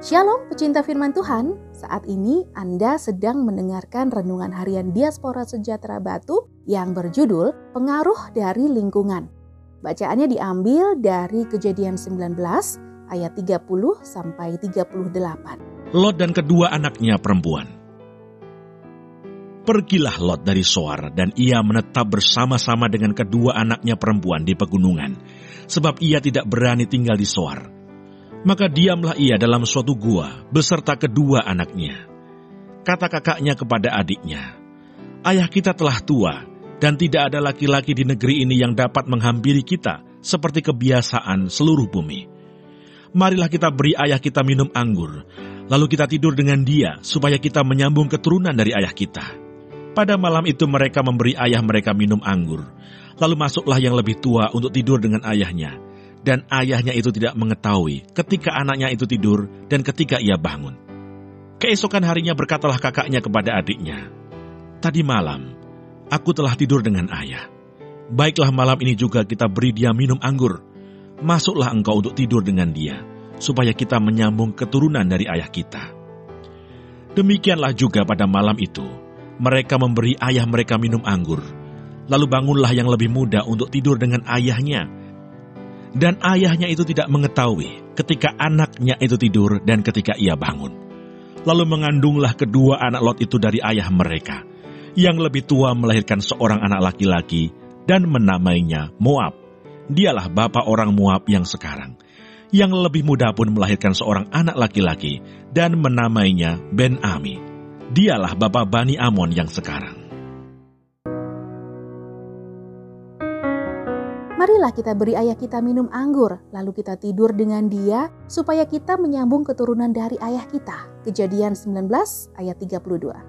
Shalom pecinta firman Tuhan, saat ini Anda sedang mendengarkan renungan harian Diaspora Sejahtera Batu yang berjudul Pengaruh dari Lingkungan. Bacaannya diambil dari Kejadian 19 ayat 30 sampai 38. Lot dan kedua anaknya perempuan. Pergilah Lot dari Zoar dan ia menetap bersama-sama dengan kedua anaknya perempuan di pegunungan, sebab ia tidak berani tinggal di Zoar. Maka diamlah ia dalam suatu gua beserta kedua anaknya. Kata kakaknya kepada adiknya, "Ayah kita telah tua, dan tidak ada laki-laki di negeri ini yang dapat menghampiri kita seperti kebiasaan seluruh bumi. Marilah kita beri ayah kita minum anggur, lalu kita tidur dengan dia supaya kita menyambung keturunan dari ayah kita." Pada malam itu mereka memberi ayah mereka minum anggur. Lalu masuklah yang lebih tua untuk tidur dengan ayahnya. Dan ayahnya itu tidak mengetahui ketika anaknya itu tidur dan ketika ia bangun. Keesokan harinya berkatalah kakaknya kepada adiknya, "Tadi malam, aku telah tidur dengan ayah. Baiklah malam ini juga kita beri dia minum anggur. Masuklah engkau untuk tidur dengan dia, supaya kita menyambung keturunan dari ayah kita." Demikianlah juga pada malam itu, mereka memberi ayah mereka minum anggur. Lalu bangunlah yang lebih muda untuk tidur dengan ayahnya. Dan ayahnya itu tidak mengetahui ketika anaknya itu tidur dan ketika ia bangun. Lalu mengandunglah kedua anak Lot itu dari ayah mereka. Yang lebih tua melahirkan seorang anak laki-laki dan menamainya Moab. Dialah bapa orang Moab yang sekarang. Yang lebih muda pun melahirkan seorang anak laki-laki dan menamainya Ben-Ami. Dialah bapa Bani Amon yang sekarang. Marilah kita beri ayah kita minum anggur, lalu kita tidur dengan dia, supaya kita menyambung keturunan dari ayah kita. Kejadian 19 ayat 32.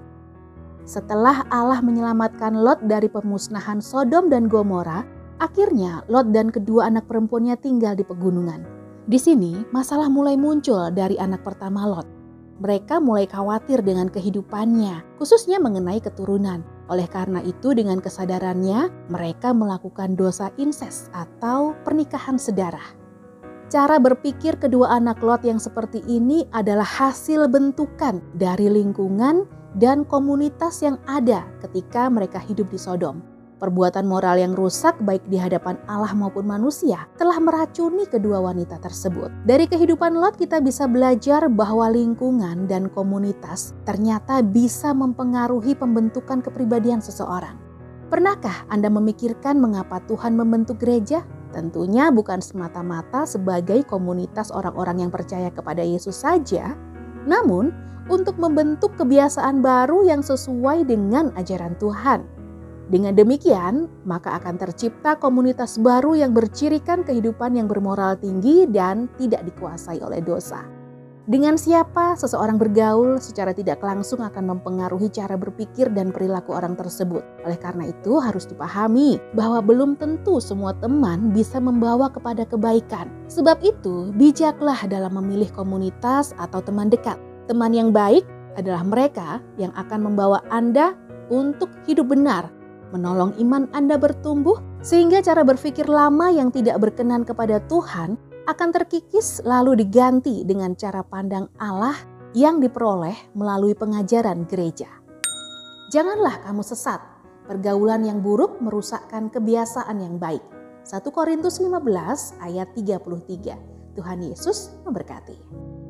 Setelah Allah menyelamatkan Lot dari pemusnahan Sodom dan Gomora, akhirnya Lot dan kedua anak perempuannya tinggal di pegunungan. Di sini masalah mulai muncul dari anak pertama Lot. Mereka mulai khawatir dengan kehidupannya, khususnya mengenai keturunan. Oleh karena itu, dengan kesadarannya, mereka melakukan dosa insest atau pernikahan sedarah. Cara berpikir kedua anak Lot yang seperti ini adalah hasil bentukan dari lingkungan dan komunitas yang ada ketika mereka hidup di Sodom. Perbuatan moral yang rusak baik di hadapan Allah maupun manusia telah meracuni kedua wanita tersebut. Dari kehidupan Lot kita bisa belajar bahwa lingkungan dan komunitas ternyata bisa mempengaruhi pembentukan kepribadian seseorang. Pernahkah Anda memikirkan mengapa Tuhan membentuk gereja? Tentunya bukan semata-mata sebagai komunitas orang-orang yang percaya kepada Yesus saja, namun untuk membentuk kebiasaan baru yang sesuai dengan ajaran Tuhan. Dengan demikian, maka akan tercipta komunitas baru yang bercirikan kehidupan yang bermoral tinggi dan tidak dikuasai oleh dosa. Dengan siapa seseorang bergaul secara tidak langsung akan mempengaruhi cara berpikir dan perilaku orang tersebut. Oleh karena itu harus dipahami bahwa belum tentu semua teman bisa membawa kepada kebaikan. Sebab itu, bijaklah dalam memilih komunitas atau teman dekat. Teman yang baik adalah mereka yang akan membawa Anda untuk hidup benar, menolong iman Anda bertumbuh, sehingga cara berpikir lama yang tidak berkenan kepada Tuhan akan terkikis lalu diganti dengan cara pandang Allah yang diperoleh melalui pengajaran gereja. Janganlah kamu sesat, pergaulan yang buruk merusakkan kebiasaan yang baik. 1 Korintus 15 ayat 33. Tuhan Yesus memberkati.